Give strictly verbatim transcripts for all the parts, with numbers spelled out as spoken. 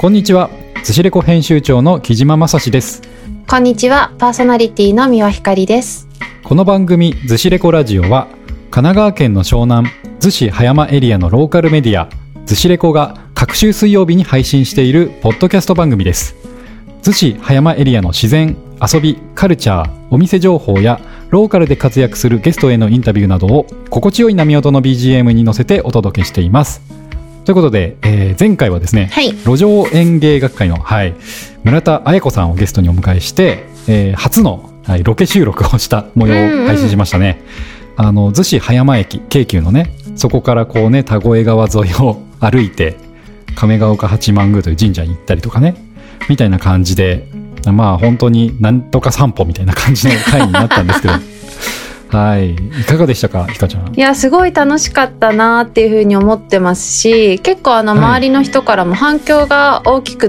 こんにちは、寿司レコ編集長の木島正史です。 こんにちは、パーソナリティの三輪ひかりです。 この番組寿司レコラジオは神奈川県の湘南逗子葉山エリアのローカルメディア寿司レコが各週水曜日に配信しているポッドキャスト番組です。逗子葉山エリアの自然、遊び、カルチャー、お店情報やローカルで活躍するゲストへのインタビューなどを心地よい波音の ビージーエム に乗せてお届けしています。ということで、えー、前回はですね、はい、路上園芸学会の、はい、村田彩子さんをゲストにお迎えして、えー、初の、はい、ロケ収録をした模様を配信しましたね。うんうん、あの逗子葉山駅京急のね、そこからこうね田越川沿いを歩いて亀岡八幡宮という神社に行ったりとかねみたいな感じで、まあ本当になんとか散歩みたいな感じの回になったんですけどはい、いかがでしたか、ひかちゃん。 いや、すごい楽しかったなっていうふうに思ってますし、結構あの周りの人からも反響が大きくって、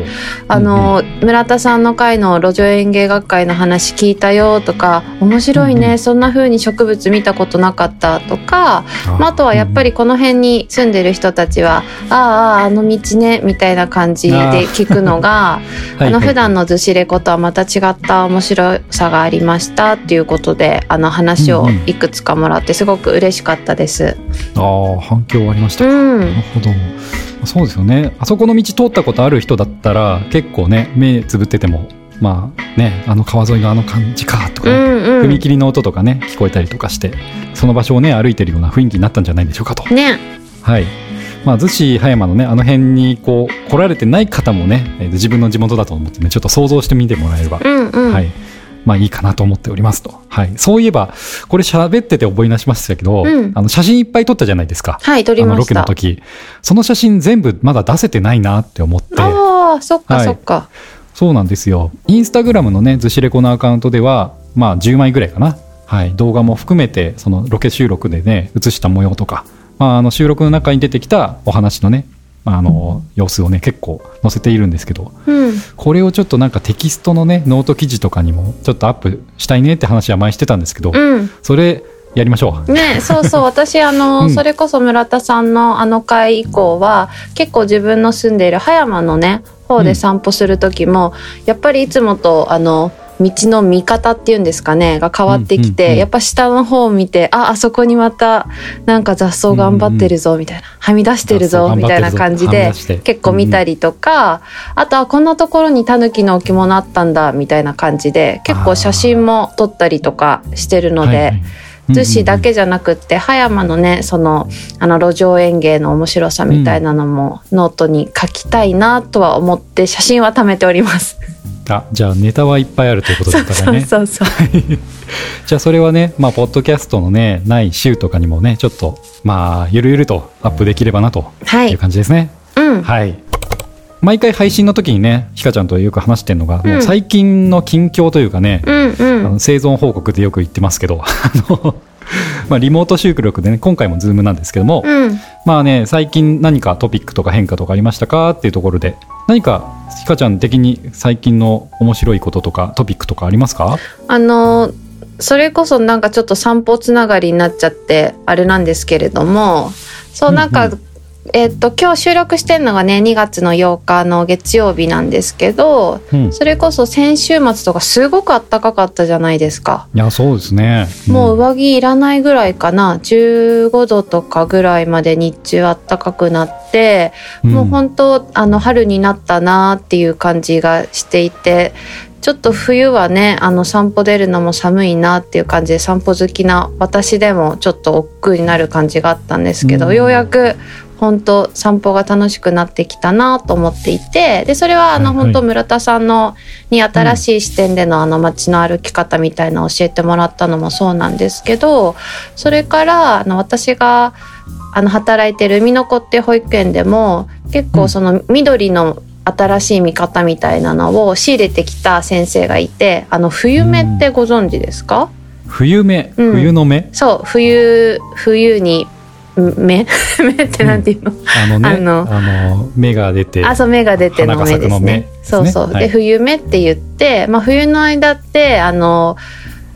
はい、あの、うんうん、村田さんの会の路上園芸学会の話聞いたよとか、面白いね、うんうん、そんな風に植物見たことなかったとか、あ, まあ、あとはやっぱりこの辺に住んでる人たちは、うんうん、あああの道ねみたいな感じで聞くのがあ, あの普段の寿司レコとはまた違った面白さがありましたっていうことで、あの話をいくつかもらってすごく嬉しかったです。 うんうん、ああ、反響ありましたか。うん、なるほど。そうですよね。あそこの道通ったことある人だったら結構ね、目つぶっててもまあね、あの川沿いのあの感じかとか、ね、うんうん、踏切の音とかね聞こえたりとかして、その場所をね歩いてるような雰囲気になったんじゃないでしょうかと。ね。はい。まあ、逗子葉山のねあの辺にこう来られてない方もね、えー、自分の地元だと思ってねちょっと想像してみてもらえれば、うんうん、はい、まあいいかなと思っておりますと。はい。そういえばこれ喋ってて思い出しましたけど、うん、あの写真いっぱい撮ったじゃないですか。 はい、撮りました。あのロケの時、その写真全部まだ出せてないなって思って。 ああ、そっかそっか、はい、 そうなんですよ。インスタグラムのね逗子レコのアカウントではまあじゅうまいぐらいかな、はい、動画も含めてそのロケ収録でね写した模様とか、まあ、あの収録の中に出てきたお話のね、まあ、あの様子をね結構載せているんですけど、うん、これをちょっとなんかテキストのねノート記事とかにもちょっとアップしたいねって話は前してたんですけど、うん、それやりましょうね。そうそう私あの、うん、それこそ村田さんのあの回以降は結構自分の住んでいる葉山のね方で散歩する時も、うん、やっぱりいつもとあの道の見方っていうんですかねが変わってきて、うんうんうん、やっぱ下の方を見てああそこにまたなんか雑草頑張ってるぞみたいな、うんうん、はみ出してるぞみたいな感じで結構見たりとか、うん、あとはこんなところにタヌキの置物あったんだみたいな感じで結構写真も撮ったりとかしてるので、はいはい、逗子だけじゃなくって葉山のねそのあの路上園芸の面白さみたいなのもノートに書きたいなとは思って写真は貯めております。 あ、じゃあネタはいっぱいあるということだったらね。 そうそうそうじゃあそれはね、まあ、ポッドキャストのねない週とかにもねちょっとまあゆるゆるとアップできればなという感じですね。はい、うん、はい。毎回配信の時にねひかちゃんとよく話してるのが、うん、もう最近の近況というかね、うんうん、あの生存報告でよく言ってますけどあのまあリモート収録でね今回もズームなんですけども、うん、まあね最近何かトピックとか変化とかありましたかっていうところで、何かひかちゃん的に最近の面白いこととかトピックとかありますか？ あのそれこそなんかちょっと散歩つながりになっちゃってあれなんですけれども、そうなんか、うんうん、えー、っと今日収録してるのがねにがつのようかの月曜日なんですけど、うん、それこそ先週末とかすごく暖かかったじゃないですか。 いやそうですね、 うん、もう上着いらないぐらいかな、じゅうごどとかぐらいまで日中暖かくなって、うん、もう本当あの春になったなっていう感じがしていて、ちょっと冬はねあの散歩出るのも寒いなっていう感じで散歩好きな私でもちょっと億劫になる感じがあったんですけど、うん、ようやく本当散歩が楽しくなってきたなと思っていて、でそれはあの、はいはい、本当村田さんのに新しい視点でのあの街の歩き方みたいなのを教えてもらったのもそうなんですけど、それからあの私があの働いてる海の子って保育園でも結構その緑の新しい見方みたいなのを仕入れてきた先生がいて、あの冬目ってご存知ですか？ 冬目、うん、冬の目？ そう冬冬に目目ってなんていうの、うん、 あのねあのあの芽が出て、 あそう芽が出ての芽ですね。ですねそうそう、はい、で冬目って言って、まあ、冬の間ってあの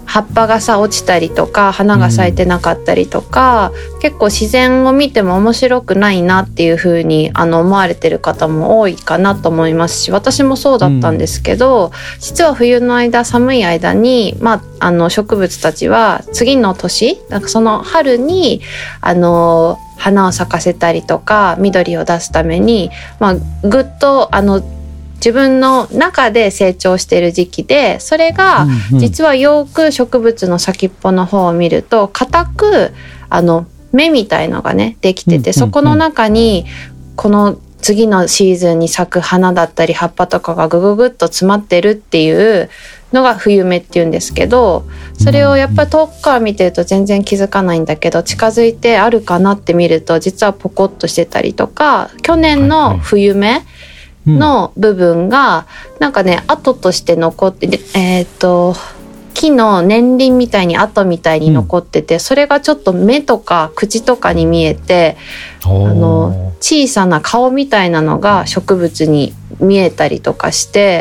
葉っぱがさ落ちたりとか花が咲いてなかったりとか、うん、結構自然を見ても面白くないなっていう風にあの思われてる方も多いかなと思いますし、私もそうだったんですけど、うん、実は冬の間寒い間に、まあ、あの植物たちは次の年なんかその春にあの花を咲かせたりとか緑を出すために、まあ、ぐっとあの自分の中で成長している時期で、それが実はよく植物の先っぽの方を見ると固くあの芽みたいのがねできてて、そこの中にこの次のシーズンに咲く花だったり葉っぱとかがぐぐぐっと詰まってるっていうのが冬芽っていうんですけど、それをやっぱり遠くから見てると全然気づかないんだけど、近づいてあるかなって見ると実はポコッとしてたりとか、去年の冬芽の部分がなんかね跡として残って、えーと木の年輪みたいに跡みたいに残ってて、それがちょっと目とか口とかに見えて、あの小さな顔みたいなのが植物に見えたりとかして、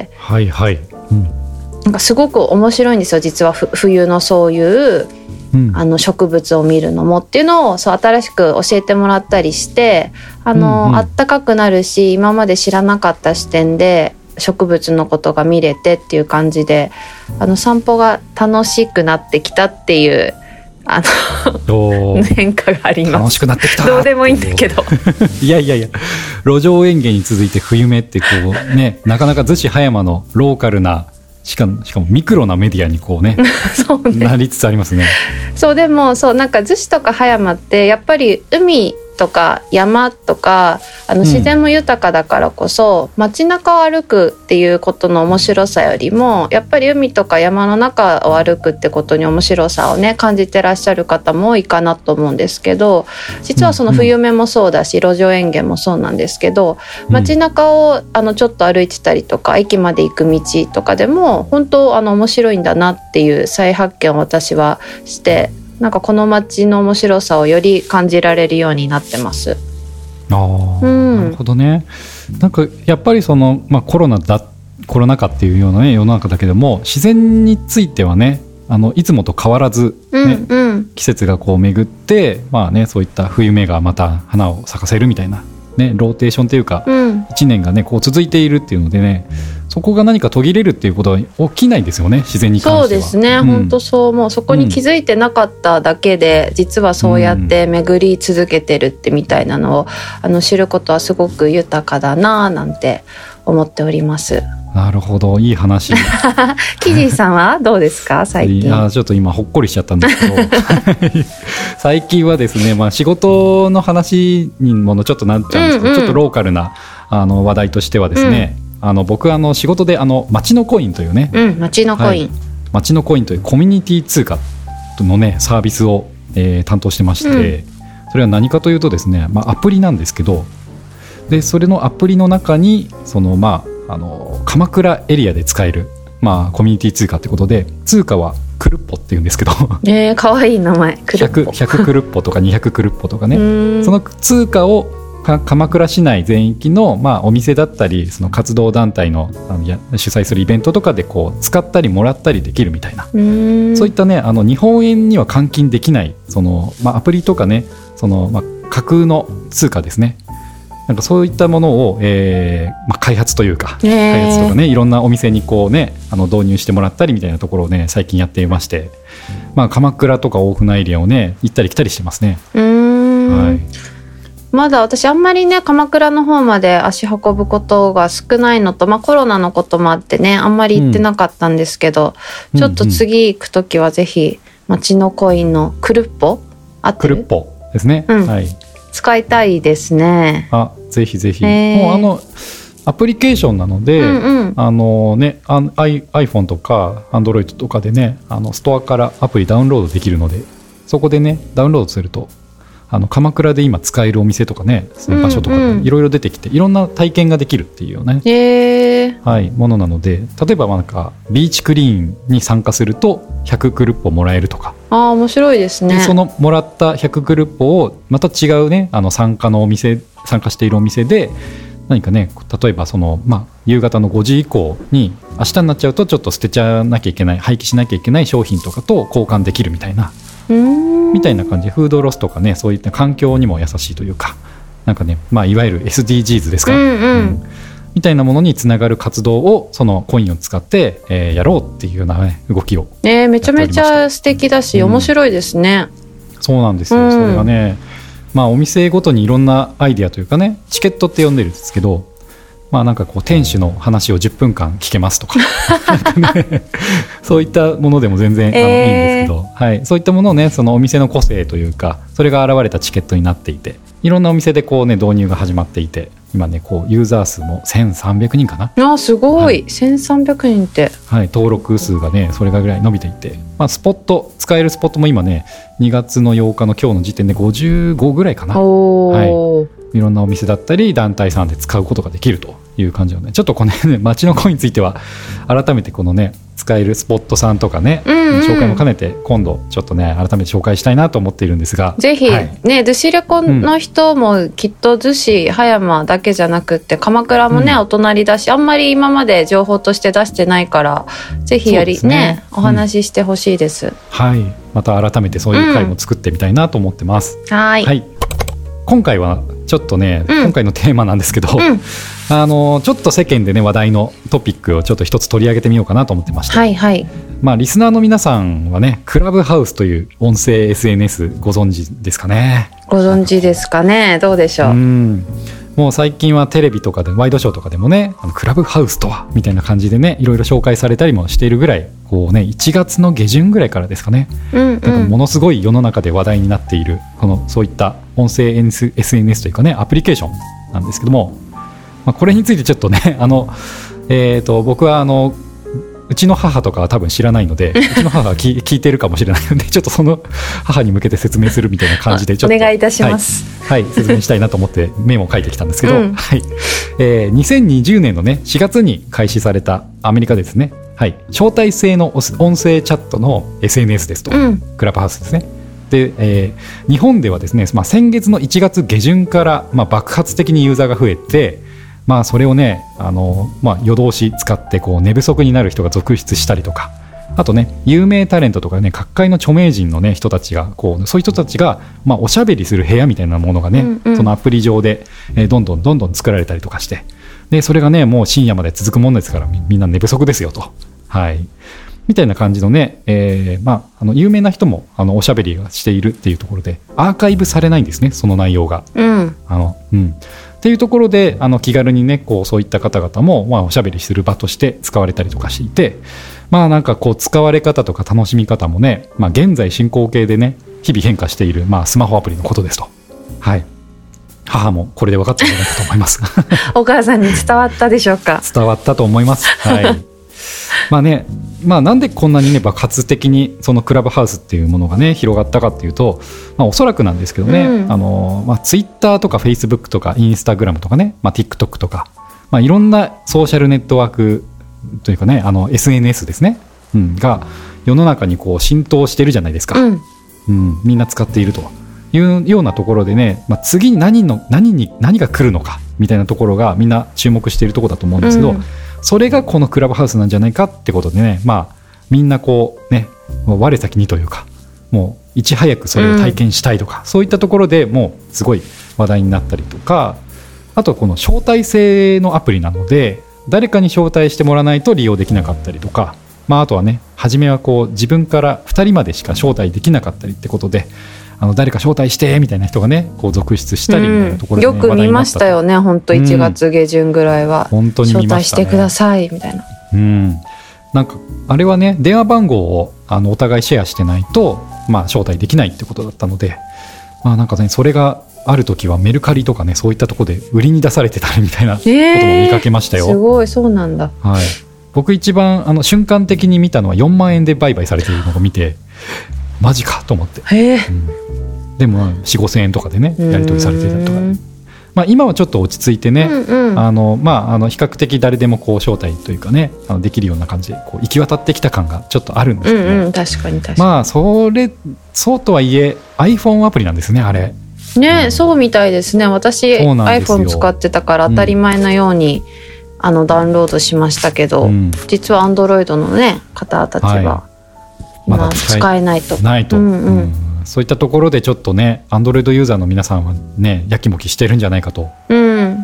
はいはい、うん、 なんかすごく面白いんですよ実は冬のそういう、うん、あの植物を見るのもっていうのをそう新しく教えてもらったりして、あの、うんうん、あったかくなるし、今まで知らなかった視点で植物のことが見れてっていう感じで、あの散歩が楽しくなってきたっていうあの変化があります。 楽しくなってきた。 どうでもいいんだけどいやいやいや、路上園芸に続いて冬芽ってこうね、なかなか逗子葉山のローカルなしかも、しかもミクロなメディアにこうねそうね、 なりつつありますね。 そうでもそうなんか逗子とか葉山ってやっぱり海とか山とかあの自然も豊かだからこそ、うん、街中を歩くっていうことの面白さよりもやっぱり海とか山の中を歩くってことに面白さをね感じてらっしゃる方も多いかなと思うんですけど、実はその冬芽もそうだし、うん、路上園芸もそうなんですけど、街中をあのちょっと歩いてたりとか駅まで行く道とかでも本当あの面白いんだなっていう再発見を私はして、なんかこの街の面白さをより感じられるようになってます。 あー、うん、なるほどね。なんかやっぱりその、まあ、コロナだコロナ禍っていうような、ね、世の中だけども、自然についてはね、あのいつもと変わらず、ね、うんうん、季節がこう巡って、まあね、そういった冬芽がまた花を咲かせるみたいな、ね、ローテーションというか、うん、いちねんがねこう続いているっていうのでね、そこが何か途切れるっていうことは起きないですよね、自然に関しては。 そうですね、うん、本当そう。もうそこに気づいてなかっただけで、うん、実はそうやって巡り続けてるってみたいなのを、あの知ることはすごく豊かだななんて思っております。 なるほど、いい話。 キジーさんはどうですか最近。 いやちょっと今ほっこりしちゃったんですけど最近はですね、まあ、仕事の話にもちょっとなっちゃうんですけど、うんうん、ちょっとローカルなあの話題としてはですね、うん、あの僕あの仕事であの町のコインというね、 うん、町のコイン、はい、 町のコインというコミュニティ通貨のねサービスを、えー、担当してまして、うん、それは何かというとですね、まあ、アプリなんですけど、でそれのアプリの中にそのまああの鎌倉エリアで使える、まあ、コミュニティ通貨ってことで、通貨はクルッポっていうんですけど、 えー、かわいい名前。クルッポ ひゃく, ひゃくクルッポとかにひゃくクルッポとかねその通貨を鎌倉市内全域の、まあ、お店だったりその活動団体の、あのや主催するイベントとかでこう使ったりもらったりできるみたいな、うーん、そういったねあの日本円には換金できないその、まあ、アプリとかねその、まあ、架空の通貨ですね。なんかそういったものを、えーまあ、開発というか、えー、開発とかねいろんなお店にこう、ね、あの導入してもらったりみたいなところをね最近やっていまして、まあ、鎌倉とか大船エリアをね行ったり来たりしてますね。うーん、はい、まだ私あんまりね鎌倉の方まで足運ぶことが少ないのと、まあ、コロナのこともあってねあんまり行ってなかったんですけど、うん、ちょっと次行くときはぜひ町のコインのクルッポあってるクルッポですね、うん、はい、 使いたいですね。 あ、ぜひぜひ、もうあのアプリケーションなので、うんうん、あのね、あ iPhone とか Android とかでねあのストアからアプリダウンロードできるので、そこでねダウンロードするとあの鎌倉で今使えるお店とかねその場所とかいろいろ出てきて、いろんな体験ができるっていうね、 へー、 はい、ものなので、例えばなんかビーチクリーンに参加するとひゃくクルッポもらえるとか、 あー面白いですね。 でそのもらったひゃくクルッポをまた違うねあの参加のお店参加しているお店で何かね例えばその、まあ、夕方のごじ以降に明日になっちゃうとちょっと捨てちゃわなきゃいけない廃棄しなきゃいけない商品とかと交換できるみたいなうーんみたいな感じでフードロスとかねそういった環境にも優しいというかなんかね、まあ、いわゆる エスディージーズ ですか、 うんうんうんみたいなものにつながる活動をそのコインを使って、えー、やろうっていうような、ね、動きをえー、めちゃめちゃ素敵だし、 うん、 面白いですね。 そうなんですよ、うん、それがね、まあ、お店ごとにいろんなアイディアというかねチケットって呼んでるんですけど、まあ、なんかこう店主の話をじゅっぷんかん聞けますとかなんか、ね、そういったものでも全然あの、えー、いいんですけど、はい、そういったものをねそのお店の個性というかそれが現れたチケットになっていていろんなお店でこう、ね、導入が始まっていて今ねこうユーザー数もせんさんびゃくにんかなあすごい、 はい、 せんさんびゃくにんって、はい、 登録数がねそれがぐらい伸びていて、まあ、スポット使えるスポットも今ねにがつのようかの今日の時点でごじゅうごぐらいかな、 お、 はい、いろんなお店だったり団体さんで使うことができるという感じのねちょっとこのね街の声については改めてこのね使えるスポットさんとかね、うんうん、紹介も兼ねて今度ちょっとね改めて紹介したいなと思っているんですがぜひ、はい、ね逗子レコの人もきっと逗子葉山だけじゃなくって鎌倉もね、うん、お隣だしあんまり今まで情報として出してないからぜひやり、ねね、お話ししてほしいです、うん、 はいまた改めてそういう回も作ってみたいなと思ってます、 うん、はい、 はい今回はちょっとね、うん、今回のテーマなんですけど、うん、あのちょっと世間でね話題のトピックをちょっと一つ取り上げてみようかなと思ってまして、 はいはいまあ、リスナーの皆さんはねクラブハウスという音声 エスエヌエス ご存知ですかね。 ご存知ですかね。どうでしょう。 うんもう最近はテレビとかでワイドショーとかでもねあのクラブハウスとはみたいな感じでねいろいろ紹介されたりもしているぐらいこう、ね、いちがつの下旬ぐらいからですかね、うんうん、なんかものすごい世の中で話題になっているこのそういった音声 エスエヌエス というかねアプリケーションなんですけども、まあ、これについてちょっとねあの、えー、と僕はあのうちの母とかは多分知らないのでうちの母が聞, 聞いてるかもしれないのでちょっとその母に向けて説明するみたいな感じでちょっとお願いいたします、 はいはい、説明したいなと思ってメモを書いてきたんですけど、うんはいえー、にせんにじゅうねんの、ね、しがつに開始されたアメリカですね、はい、招待制の音声チャットの エスエヌエス ですと、うん、クラブハウスですねで、えー、日本ではですね、まあ、先月のいちがつ下旬から、まあ、爆発的にユーザーが増えてまあ、それをねあの、まあ、夜通し使ってこう寝不足になる人が続出したりとかあとね有名タレントとかね各界の著名人の、ね、人たちがこうそういう人たちが、まあ、おしゃべりする部屋みたいなものがね、うんうん、そのアプリ上で、えー、どんどんどんどん作られたりとかしてでそれがねもう深夜まで続くものですからみんな寝不足ですよと、はい、みたいな感じのね、えーまあ、あの有名な人もあのおしゃべりがしているっていうところでアーカイブされないんですねその内容が、 うんあのうんっていうところであの気軽にねこうそういった方々も、まあ、おしゃべりする場として使われたりとかしていてまあなんかこう使われ方とか楽しみ方もね、まあ、現在進行形でね日々変化している、まあ、スマホアプリのことですと、はい、母もこれで分かったんじゃないかと思いますお母さんに伝わったでしょうか。 伝わったと思います、はいまあねまあ、なんでこんなにね爆発的にそのクラブハウスっていうものがね広がったかっていうと、まあ、おそらくなんですけどね、うんあのまあ、ツイッターとかフェイスブックとかインスタグラムとかね、まあ、TikTok とか、まあ、いろんなソーシャルネットワークというかねあの エスエヌエス ですね、うん、が世の中にこう浸透してるじゃないですか、 うんうん、みんな使っているというようなところでね、まあ、次に 何, の何に何が来るのかみたいなところがみんな注目しているところだと思うんですけど、うんそれがこのクラブハウスなんじゃないかってことでね、まあ、みんなこうね我先にというかもういち早くそれを体験したいとか、うん、そういったところでもうすごい話題になったりとかあとこの招待制のアプリなので誰かに招待してもらわないと利用できなかったりとか、まあ、あとはね初めはこう自分からふたりまでしか招待できなかったりってことであの誰か招待してみたいな人がねこう続出したりみたいなところで、ねうん、よく見ましたよね本当いちがつ下旬ぐらいは、うん、 本当に見ましたね、 招待してくださいみたいな、 うん、なんかあれはね電話番号をあのお互いシェアしてないと、まあ、招待できないってことだったので、まあなんかね、それがある時はメルカリとかねそういったところで売りに出されてたりみたいなことも見かけましたよ、 えー、すごいそうなんだ、 はい、僕一番あの瞬間的に見たのはよんまんえんで売買されているのを見てマジかと思って、 へー、うんでも よん、ごせんえんとかでねやり取りされていたりとか、まあ、今はちょっと落ち着いてね、うんうんあのまあ、あの比較的誰でもこう招待というかねあのできるような感じでこう行き渡ってきた感がちょっとあるんですけどね、 うんうん、確かに確かに、 まあそれそうとはいえ iPhone アプリなんですねあれ。 ね、そうみたいですね。私 iPhone 使ってたから当たり前のように、うん、あのダウンロードしましたけど、うん、実は Android の、ね、方たちは、はい、まだ使えないとないと、うんうんうん、そういったところでちょっとね Android ユーザーの皆さんはねやきもきしてるんじゃないかと、 うん、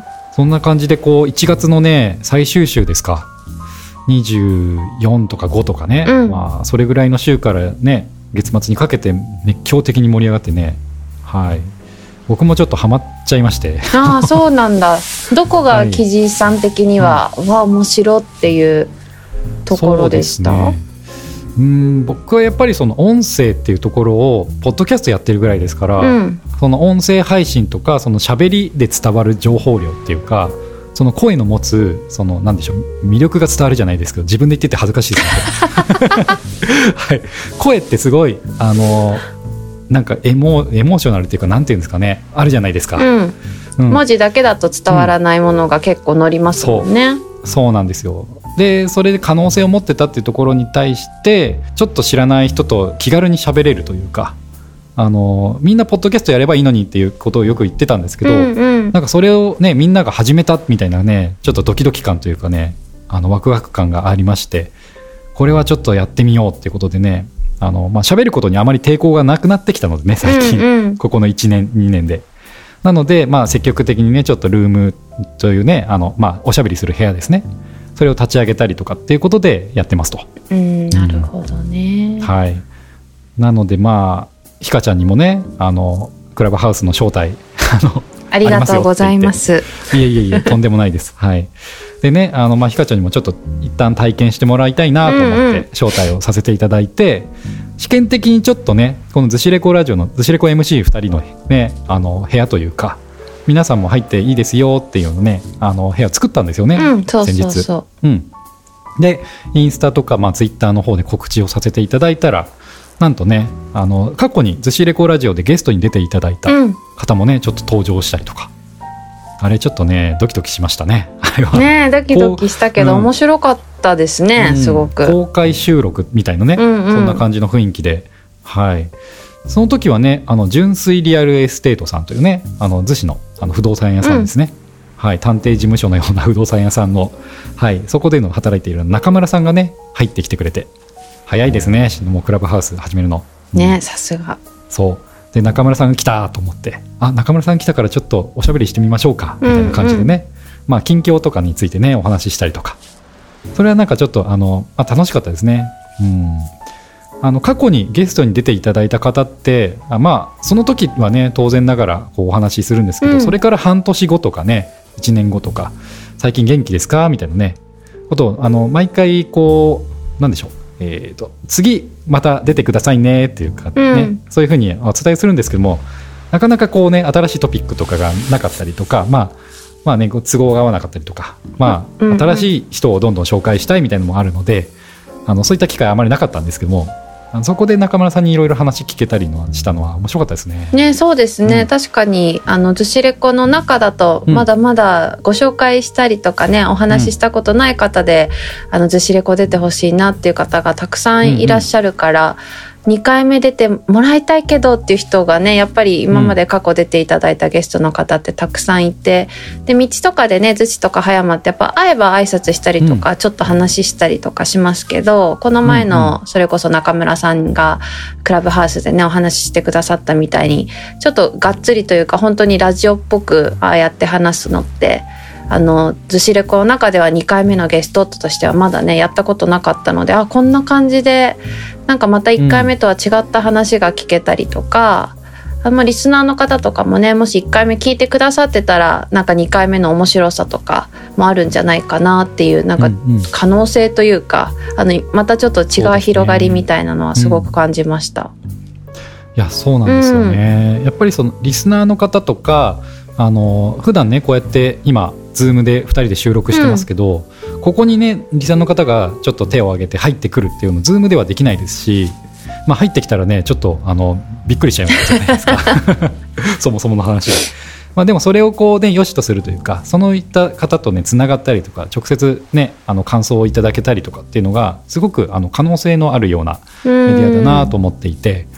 そんな感じでこういちがつのね最終週ですかにじゅうよんとかごとかね、うん、まあ、それぐらいの週からね月末にかけて熱狂的に盛り上がってね、はい、僕もちょっとハマっちゃいまして。 ああ、そうなんだ。どこが記事さん的には、はい、わあ面白っていうところでした？ そうですね、うーん、僕はやっぱりその音声っていうところをポッドキャストやってるぐらいですから、うん、その音声配信とかその喋りで伝わる情報量っていうか、その声の持つそのなんでしょう魅力が伝わるじゃないですけど、自分で言ってて恥ずかしいですね、はい、声ってすごいあのなんかエモ、エモーショナルっていうかなんていうんですかね、あるじゃないですか、 うんうん、文字だけだと伝わらないものが結構乗りますもんね、 うん、そう、そうなんですよ。でそれで可能性を持ってたっていうところに対してちょっと知らない人と気軽に喋れるというか、あのみんなポッドキャストやればいいのにっていうことをよく言ってたんですけど、うんうん、なんかそれをねみんなが始めたみたいなねちょっとドキドキ感というかね、あのワクワク感がありまして、これはちょっとやってみようっていうことでね、あの、まあ、喋ることにあまり抵抗がなくなってきたのでね最近、うんうん、ここのいちねんにねんで、なので、まあ、積極的にねちょっとルームというねあの、まあ、おしゃべりする部屋ですね、それを立ち上げたりとかっていうことでやってますと。 うん、なるほどね、 はい、なのでまあひかちゃんにもねあのクラブハウスの招待あのありがとうございます。 いえいえいえとんでもないです、はい、でねあの、まあ、ひかちゃんにもちょっと一旦体験してもらいたいなと思って招待をさせていただいて、うんうん、試験的にちょっとねこのズシレコラジオのズシレコ エムシーふたりのねあの部屋というか皆さんも入っていいですよっていうのねあの部屋を作ったんですよね、 うん、そうそうそう、 うん、でインスタとか、まあ、ツイッターの方で告知をさせていただいたら、なんとねあの過去にズシレコラジオでゲストに出ていただいた方もね、うん、ちょっと登場したりとか、あれちょっとねドキドキしましたね。あれはねドキドキしたけど、うん、面白かったですね、うん、すごく公開収録みたいなね、うんうん、そんな感じの雰囲気で、はい、その時はねあの純粋リアルエステートさんというねあの逗子の、あの不動産屋さんですね、うん、はい、探偵事務所のような不動産屋さんの、はい、そこでの働いている中村さんがね入ってきてくれて、早いですねもうクラブハウス始めるのね、さすが。 そうで中村さんが来たと思って、あ中村さん来たからちょっとおしゃべりしてみましょうかみたいな感じでね、うんうん、まあ、近況とかについてねお話ししたりとか、それはなんかちょっとあの、まあ、楽しかったですね、うん、あの過去にゲストに出ていただいた方ってあ、まあ、その時はね当然ながらこうお話しするんですけど、うん、それから半年後とかねいちねんごとか最近元気ですかみたいなねことをあの毎回こうなんでしょう、えーと、次また出てくださいねっていうか、ね、うん、そういうふうにお伝えするんですけども、なかなかこうね新しいトピックとかがなかったりとか、まあまあね、都合が合わなかったりとか、まあ、うんうん、新しい人をどんどん紹介したいみたいなのもあるので、あのそういった機会はあまりなかったんですけども、あのそこで中村さんにいろいろ話聞けたりのしたのは面白かったですね。 ね、そうですね、うん、確かにあのズシレコの中だとまだまだご紹介したりとかね、うん、お話ししたことない方で、うん、あのズシレコ出てほしいなっていう方がたくさんいらっしゃるから、うんうん、にかいめ出てもらいたいけどっていう人がねやっぱり今まで過去出ていただいたゲストの方ってたくさんいて、で道とかでね逗子とか葉山ってやっぱ会えば挨拶したりとか、うん、ちょっと話したりとかしますけど、この前のそれこそ中村さんがクラブハウスでねお話ししてくださったみたいにちょっとがっつりというか本当にラジオっぽくああやって話すのってあのズシレコの中ではにかいめのゲストとしてはまだねやったことなかったので、あこんな感じでなんかまたいっかいめとは違った話が聞けたりとか、うん、あんまリスナーの方とかもねもしいっかいめ聞いてくださってたらなんかにかいめの面白さとかもあるんじゃないかなっていうなんか可能性というか、うんうん、あのまたちょっと違う広がりみたいなのはすごく感じました、うん、いやそうなんですよね、うん、やっぱりそのリスナーの方とかあの普段ねこうやって今ズームでふたりで収録してますけど、うん、ここにねリスナーの方がちょっと手を挙げて入ってくるっていうのズームではできないですし、まあ、入ってきたらねちょっとあのびっくりしちゃいますじゃないですかそもそもの話で、まあ、でもそれをこうね良しとするというか、そのいった方とねつながったりとか直接ねあの感想をいただけたりとかっていうのがすごくあの可能性のあるようなメディアだなと思っていて、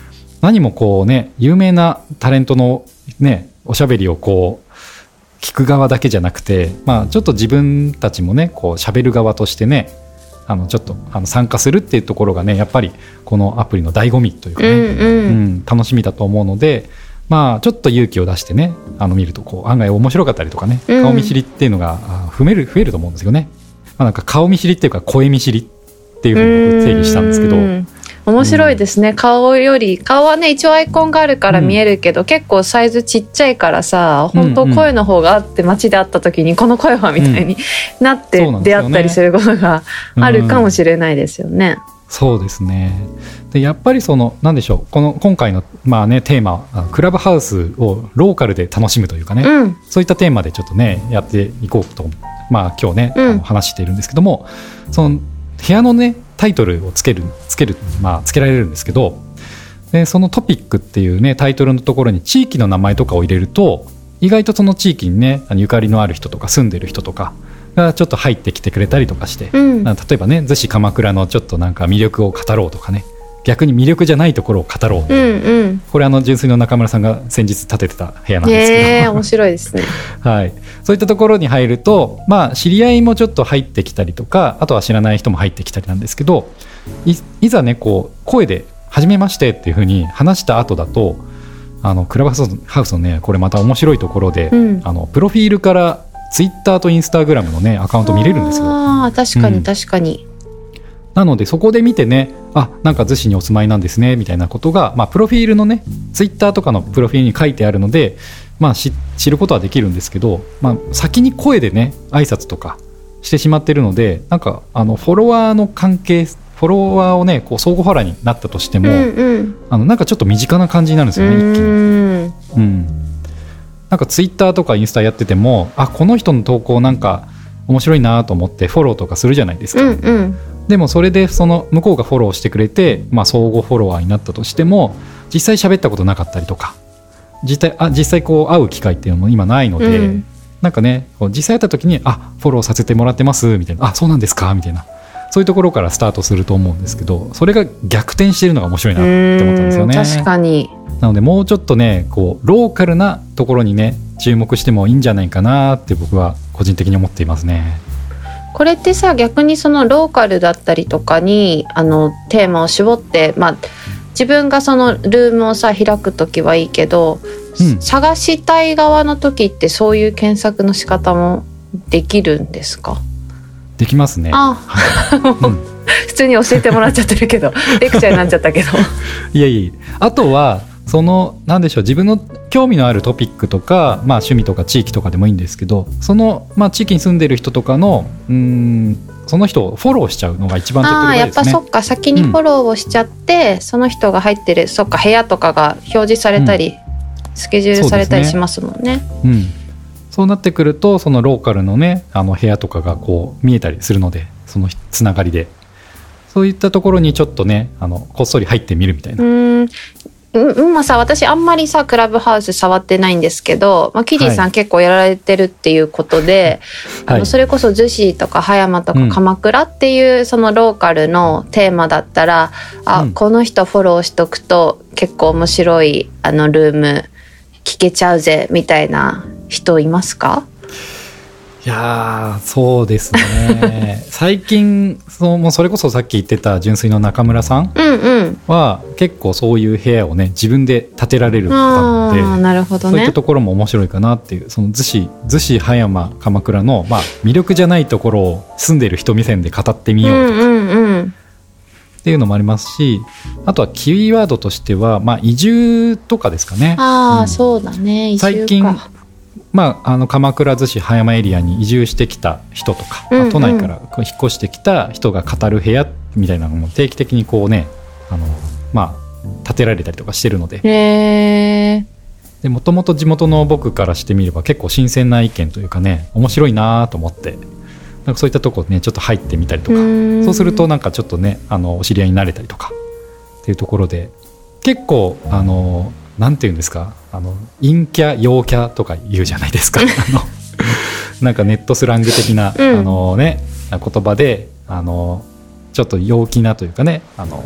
何もこうね有名なタレントのねおしゃべりをこう聞く側だけじゃなくて、まあ、ちょっと自分たちもねこう喋る側としてねあのちょっとあの参加するっていうところがねやっぱりこのアプリの醍醐味というかね、うんうんうん、楽しみだと思うので、まあ、ちょっと勇気を出してねあの見るとこう案外面白かったりとかね、うん、顔見知りっていうのが増える、増えると思うんですよね、まあ、なんか顔見知りっていうか声見知りっていうふうに定義したんですけど、うん面白いですね、うん、顔より顔はね一応アイコンがあるから見えるけど、うん、結構サイズちっちゃいからさ本当声の方があって街で会った時にこの声はみたいになって出会ったりすることがあるかもしれないですよね、うん、 そうですね。でやっぱりその何でしょうこの今回の、まあね、テーマクラブハウスをローカルで楽しむというかね、うん、そういったテーマでちょっとねやっていこうと、まあ、今日ね、うん、あの話しているんですけどもその部屋のねタイトルをつける、つける、まあ、つけられるんですけどでそのトピックっていうねタイトルのところに地域の名前とかを入れると意外とその地域にねゆかりのある人とか住んでる人とかがちょっと入ってきてくれたりとかして、うん、例えばね逗子鎌倉のちょっとなんか魅力を語ろうとかね逆に魅力じゃないところを語ろう、うんうん、これあの純粋の中村さんが先日建ててた部屋なんですけど、 えー、面白いですね、 はい、そういったところに入ると、まあ、知り合いもちょっと入ってきたりとかあとは知らない人も入ってきたりなんですけど い, いざねこう声で初めましてっていう風に話した後だとあのクラブハウスのねこれまた面白いところで、うん、あのプロフィールからツイッターとインスタグラムのねアカウント見れるんですよ。 あ確かに確かに、うんなのでそこで見てねあなんか逗子にお住まいなんですねみたいなことが、まあ、プロフィールのねツイッターとかのプロフィールに書いてあるので、まあ、知, 知ることはできるんですけど、まあ、先に声でね挨拶とかしてしまってるのでなんかあのフォロワーの関係フォロワーをねこう相互フォローになったとしても、うんうん、あのなんかちょっと身近な感じになるんですよね一気に、うんうん、なんかツイッターとかインスタやっててもあこの人の投稿なんか面白いなと思ってフォローとかするじゃないですか、うんうんでもそれでその向こうがフォローしてくれて、まあ、相互フォロワーになったとしても実際喋ったことなかったりとか実際、あ実際こう会う機会っていうのも今ないので、うん、なんかねこう実際会った時にあフォローさせてもらってますみたいなあそうなんですかみたいなそういうところからスタートすると思うんですけどそれが逆転してるのが面白いなって思ったんですよね。 確かになのでもうちょっとねこうローカルなところにね注目してもいいんじゃないかなって僕は個人的に思っていますね。 これってさ逆にそのローカルだったりとかにあのテーマを絞って、まあ、自分がそのルームをさ開くときはいいけど、うん、探したい側の時ってそういう検索の仕方もできるんですか？ できますね。 あ、うん、普通に教えてもらっちゃってるけどレクチャーになっちゃったけどいやいやあとはそのなんでしょう自分の興味のあるトピックとか、まあ、趣味とか地域とかでもいいんですけどその、まあ、地域に住んでる人とかのうーんその人をフォローしちゃうのが一番手っ取り早いですね。 あやっぱそっか先にフォローをしちゃって、うん、その人が入ってるそっか部屋とかが表示されたり、うん、スケジュールされたりしますもんね。 そうですね、うん、そうなってくるとそのローカルのねあの部屋とかがこう見えたりするのでそのつながりでそういったところにちょっとねあのこっそり入ってみるみたいな。うーんうんまあ、さ私あんまりさクラブハウス触ってないんですけど、まあ、キディさん結構やられてるっていうことで、はい、あのそれこそ逗子とか葉山とか鎌倉っていう、うん、そのローカルのテーマだったらあ、うん、この人フォローしとくと結構面白いあのルーム聞けちゃうぜみたいな人いますか？ いやそうですね最近そのもうそれこそさっき言ってた純粋の中村さんは、うんうん、結構そういう部屋をね自分で建てられる方なのであなるほど、ね、 そういったところも面白いかなっていうその逗子逗子葉山鎌倉の、まあ、魅力じゃないところを住んでる人目線で語ってみようとか、うんうんうん、っていうのもありますしあとはキーワードとしては、まあ、移住とかですかね。 あ、うん、そうだね移住か最近まあ、あの鎌倉逗子葉山エリアに移住してきた人とか、うんうんまあ、都内からこう引っ越してきた人が語る部屋みたいなのも定期的にこうねあの、まあ、建てられたりとかしてるのでへでもともと地元の僕からしてみれば結構新鮮な意見というかね面白いなと思ってなんかそういったところねちょっと入ってみたりとかそうするとなんかちょっとねあのお知り合いになれたりとかっていうところで結構あのなんていうんですかあの陰キャ陽キャとか言うじゃないですかあのなんかネットスラング的な、うん、あのね、言葉であのちょっと陽気なというかねあの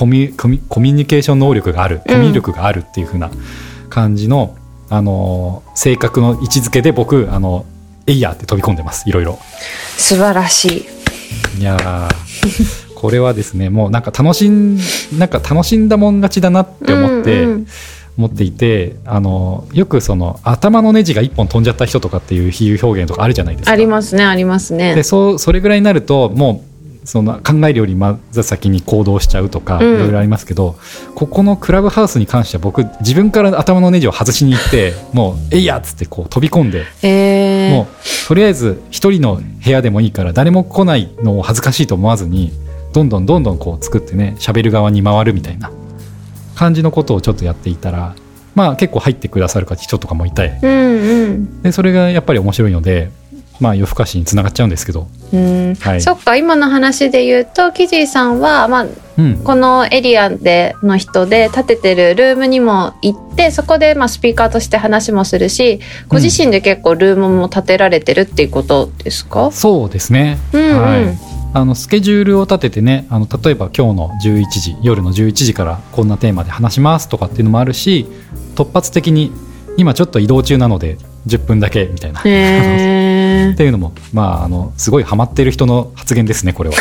コミュ、コミュ、コミュニケーション能力がある、コミュ力があるっていう風な感じの、うん、あの性格の位置づけで僕あのエイヤーって飛び込んでます。いろいろ素晴らしい。 いやこれはですねもうなんか楽しんなんか楽しんだもん勝ちだなって思って、うんうん、思っていて、あのよくその頭のネジが一本飛んじゃった人とかっていう比喩表現とかあるじゃないですか。 ありますねありますね。 で そ, それぐらいになるともうその考えるよりまず先に行動しちゃうとかいろいろありますけど、うん、ここのクラブハウスに関しては僕自分から頭のネジを外しに行ってもうえいやっつってこう飛び込んで、 えー、 もうとりあえず一人の部屋でもいいから誰も来ないのを恥ずかしいと思わずにどんどんどんどんこう作ってね喋る側に回るみたいな感じのことをちょっとやっていたら、まあ結構入ってくださる人とかもいたり、 うんうん、 でそれがやっぱり面白いので、まあ夜更かしにつながっちゃうんですけど、 うん、はい、そっか今の話で言うとキジーさんは、まあうん、このエリアでの人で建ててるルームにも行ってそこでまあスピーカーとして話もするしご自身で結構ルームも建てられてるっていうことですか？ うん、そうですね、うんうん、はい、あのスケジュールを立ててねあの例えば今日のじゅういちじ夜のじゅういちじからこんなテーマで話しますとかっていうのもあるし突発的に今ちょっと移動中なのでじゅっぷんだけみたいな、えー、っていうのも、まあ、あのすごいハマってる人の発言ですねこれは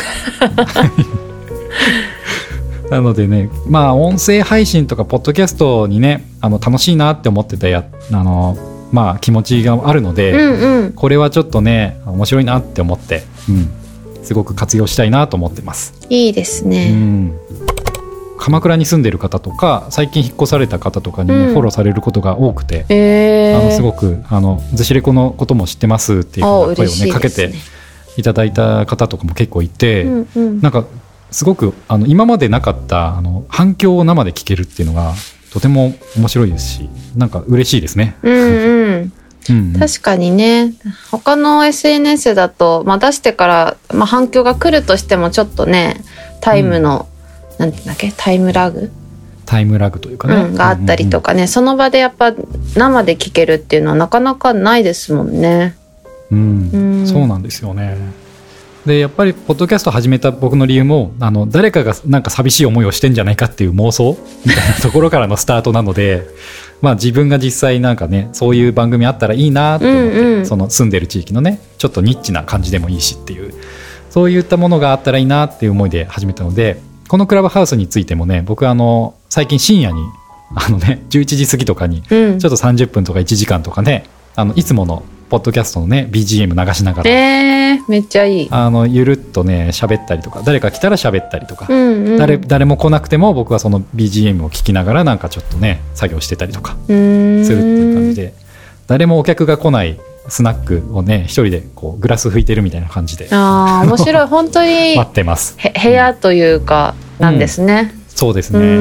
なのでね、まあ、音声配信とかポッドキャストにねあの楽しいなって思ってたやあの、まあ、気持ちがあるので、うんうん、これはちょっとね面白いなって思って、うん、すごく活用したいなと思ってます。 いいですね、うん、 鎌倉に住んでる方とか最近引っ越された方とかに、ねうん、フォローされることが多くて、 えー、 あのすごくあのずしレコのことも知ってますっていう声をねかけていただいた方とかも結構いて、うんうん、なんかすごくあの今までなかったあの反響を生で聞けるっていうのがとても面白いですしなんか嬉しいですね。 うんうんうんうん、確かにね他の エスエヌエス だと、まあ、出してから、まあ、反響が来るとしてもちょっとねタイムの、うん、なんていうんだっけタイムラグタイムラグというかね、 うん、があったりとかね、うんうんうん、その場でやっぱ生で聞けるっていうのはなかなかないですもんね。 うん、うん、そうなんですよね。でやっぱりポッドキャスト始めた僕の理由もあの誰かがなんか寂しい思いをしてんじゃないかっていう妄想みたいなところからのスタートなのでまあ自分が実際なんかねそういう番組あったらいいなと思って、うんうん、その住んでる地域のねちょっとニッチな感じでもいいしっていうそういったものがあったらいいなっていう思いで始めたのでこのクラブハウスについてもね僕あの最近深夜にあのねじゅういちじ過ぎとかにちょっとさんじゅっぷんとかいちじかんとかね、うん、あのいつものポッドキャストのね ビージーエム 流しながら、 えー、めっちゃいいあのゆるっとね喋ったりとか誰か来たら喋ったりとか、 うんうん、 誰, 誰も来なくても僕はその ビージーエム を聞きながらなんかちょっとね作業してたりとかするっていう感じで誰もお客が来ないスナックをね一人でこうグラス拭いてるみたいな感じであ面白い本当に待ってます部屋というかなんですね、 うん、そうですね、うん、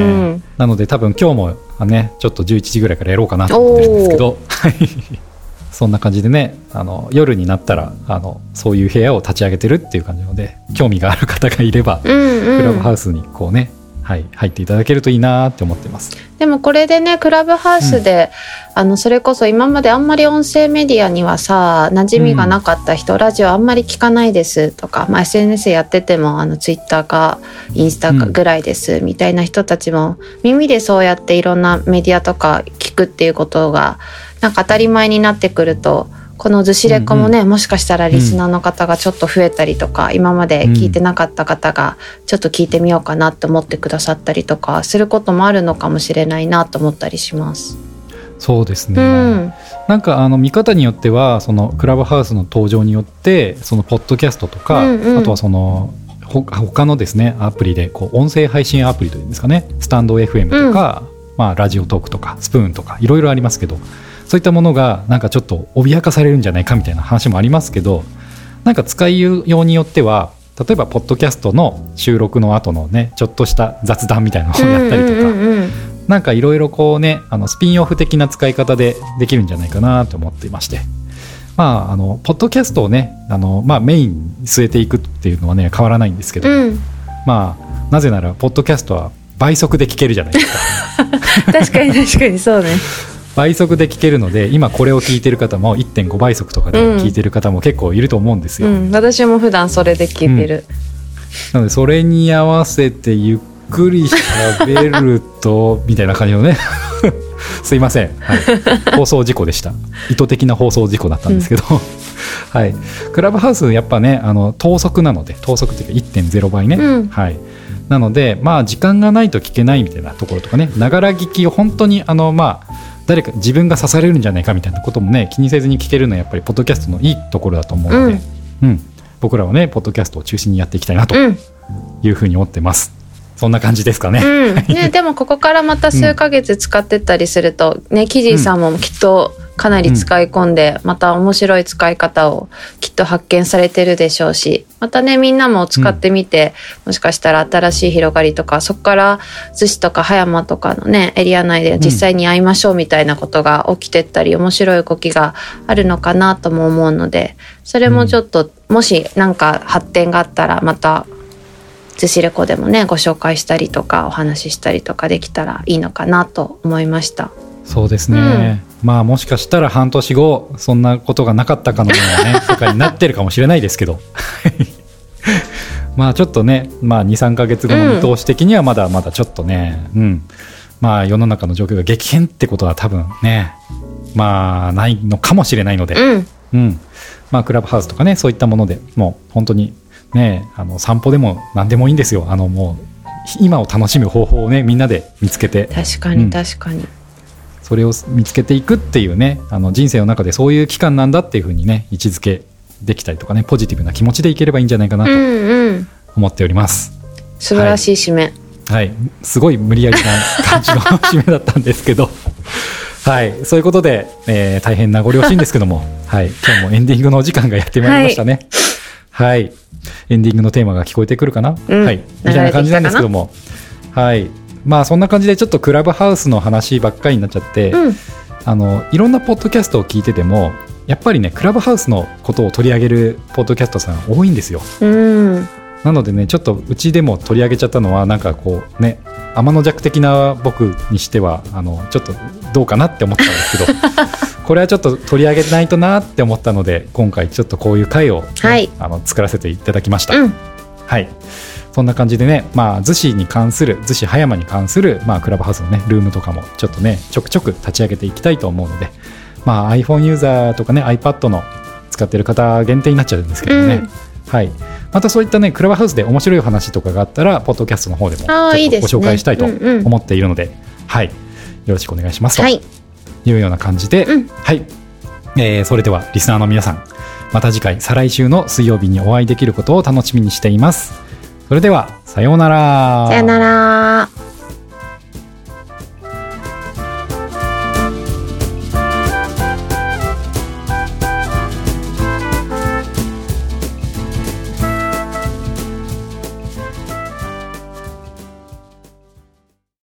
なので多分今日もねちょっとじゅういちじぐらいからやろうかなと思ってるんですけどそんな感じでねあの夜になったらあのそういう部屋を立ち上げてるっていう感じなので興味がある方がいれば、うんうん、クラブハウスにこうね、はい、入っていただけるといいなって思ってます。 でもこれでねクラブハウスで、うん、あのそれこそ今まであんまり音声メディアにはさ馴染みがなかった人、うん、ラジオあんまり聞かないですとか、まあ、エスエヌエス やっててもあのツイッターかインスタかぐらいです、うん、みたいな人たちも耳でそうやっていろんなメディアとか聞くっていうことがなんか当たり前になってくるとこのずしレコもね、うんうん、もしかしたらリスナーの方がちょっと増えたりとか、うん、今まで聞いてなかった方がちょっと聞いてみようかなって思ってくださったりとかすることもあるのかもしれないなと思ったりします。 そうですね、うん、なんかあの見方によってはそのクラブハウスの登場によってそのポッドキャストとか、うんうん、あとはその他のですねアプリでこう音声配信アプリというんですかねスタンド エフエム とか、うんまあ、ラジオトークとかスプーンとかいろいろありますけどそういったものがなんかちょっと脅かされるんじゃないかみたいな話もありますけどなんか使いようによっては例えばポッドキャストの収録の後のねちょっとした雑談みたいなのをやったりとか、うんうんうんうん、なんかいろいろこうねあのスピンオフ的な使い方でできるんじゃないかなと思っていましてまああのポッドキャストをねあの、まあ、メインに据えていくっていうのはね変わらないんですけど、うん、まあなぜならポッドキャストは倍速で聞けるじゃないですか確かに確かにそうね倍速で聞けるので今これを聞いてる方も いってんご 倍速とかで聞いてる方も結構いると思うんですよ、 うんうん、私も普段それで聞いてる、 うん、なのでそれに合わせてゆっくり喋るとみたいな感じのねすいません、はい、放送事故でした。意図的な放送事故だったんですけど、うんはい、クラブハウスやっぱねあの等速なので、等速っていうか いってんゼロ 倍ね、うんはい、なのでまあ時間がないと聞けないみたいなところとかね、ながら聞きを本当にあのまあ誰か自分が刺されるんじゃないかみたいなこともね気にせずに聞けるのはやっぱりポッドキャストのいいところだと思うので、うんうん、僕らはねポッドキャストを中心にやっていきたいなというふうに思ってます、うん、そんな感じですかね、 うんね、でもここからまた数ヶ月使ってったりすると、ね、キジーさんもきっとかなり使い込んで、うん、また面白い使い方をきっと発見されてるでしょうし、またねみんなも使ってみて、うん、もしかしたら新しい広がりとか、そこから逗子とか葉山とかのねエリア内で実際に会いましょうみたいなことが起きてったり、うん、面白い動きがあるのかなとも思うので、それもちょっと、うん、もしなんか発展があったらまた逗子レコでもねご紹介したりとかお話ししたりとかできたらいいのかなと思いました。 そうですね、うん、まあもしかしたら半年後そんなことがなかったかのようなね世界になってるかもしれないですけどまあちょっとね、まあ、にさんかげつごの見通し的にはまだまだちょっとね、うんうん、まあ世の中の状況が激変ってことは多分ねまあないのかもしれないので、うんうん、まあクラブハウスとかねそういったものでもう本当にねあの散歩でも何でもいいんですよ。あのもう今を楽しむ方法をねみんなで見つけて、 確かに確かに、うん、 それを見つけていくっていうね、あの人生の中でそういう期間なんだっていう風にね位置づけできたりとかね、ポジティブな気持ちでいければいいんじゃないかなと思っております、うんうん、 素晴らしい締め、 はい、はい、すごい無理やりな感じの締めだったんですけどはい、そういうことで、えー、大変名残惜しいんですけども、はい、今日もエンディングのお時間がやってまいりましたね、はい、はい、エンディングのテーマが聞こえてくるかな、うん、はい、みたいな感じなんですけども、はい、まあそんな感じでちょっとクラブハウスの話ばっかりになっちゃって、うん、あのいろんなポッドキャストを聞いててもやっぱりねクラブハウスのことを取り上げるポッドキャストさん多いんですよ、うん、なのでねちょっとうちでも取り上げちゃったのはなんかこうね天の弱的な僕にしてはあのちょっとどうかなって思ったんですけどこれはちょっと取り上げないとなって思ったので今回ちょっとこういう回を、ね、はい、あの作らせていただきました、うん、はい、そんな感じでね、まあ、逗子に関する逗子葉山に関する、まあ、クラブハウスのねルームとかもちょっとねちょくちょく立ち上げていきたいと思うので、まあ、iPhone ユーザーとかね iPad の使ってる方限定になっちゃうんですけどね、うん、はい、またそういったねクラブハウスで面白い話とかがあったらポッドキャストの方でもちょっとご紹介したいと思っているので、いいですね、うんうん、はい、よろしくお願いしますというような感じで、うん、はい、えー、それではリスナーの皆さんまた次回再来週の水曜日にお会いできることを楽しみにしています。それではさようなら。 さようなら。